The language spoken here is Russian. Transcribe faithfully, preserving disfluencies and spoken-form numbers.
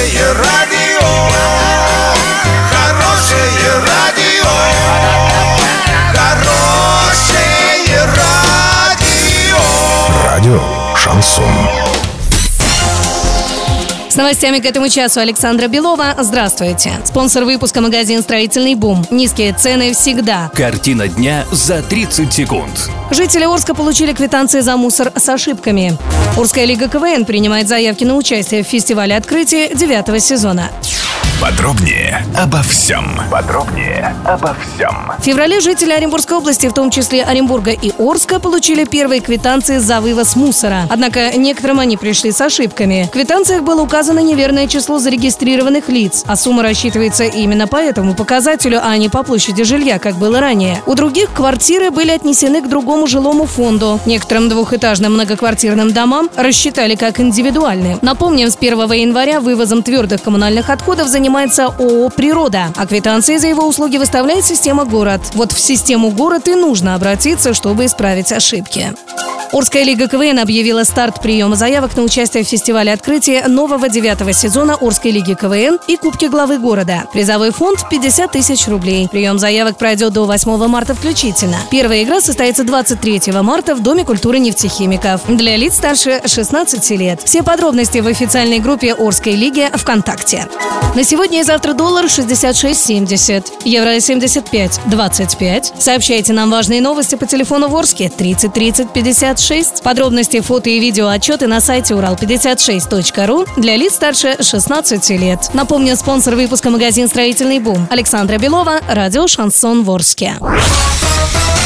Хорошее радио, хорошее радио, хорошее радио. Радио Шансон. С новостями к этому часу Александра Белова. Здравствуйте. Спонсор выпуска — магазин «Строительный бум». Низкие цены всегда. Картина дня за тридцать секунд. Жители Орска получили квитанции за мусор с ошибками. Орская лига КВН принимает заявки на участие в фестивале открытия девятого сезона. Подробнее обо всем. Подробнее обо всем. В феврале жители Оренбургской области, в том числе Оренбурга и Орска, получили первые квитанции за вывоз мусора. Однако некоторым они пришли с ошибками. В квитанциях было указано неверное число зарегистрированных лиц, а сумма рассчитывается именно по этому показателю, а не по площади жилья, как было ранее. У других квартиры были отнесены к другому жилому фонду. Некоторым двухэтажным многоквартирным домам рассчитали как индивидуальные. Напомним, с первого января вывозом твердых коммунальных отходов занимается ООО «Природа», а квитанции за его услуги выставляет система «Город». Вот в систему «Город» и нужно обратиться, чтобы исправить ошибки. Орская лига КВН объявила старт приема заявок на участие в фестивале открытия нового девятого сезона Орской лиги КВН и Кубки главы города. Призовой фонд – пятьдесят тысяч рублей. Прием заявок пройдет до восьмого марта включительно. Первая игра состоится двадцать третьего марта в Доме культуры нефтехимиков для лиц старше шестнадцати лет. Все подробности в официальной группе Орской лиги ВКонтакте. На сегодня и завтра доллар шестьдесят шесть семьдесят, евро семьдесят пять двадцать пять. Сообщайте нам важные новости по телефону в Орске тридцать тридцать пятьдесят шесть. Подробности, фото и видео отчеты на сайте урал пятьдесят шесть точка ру для лиц старше шестнадцати лет. Напомню, спонсор выпуска — магазин «Строительный бум». Александра Белова, радио «Шансон» в Орске.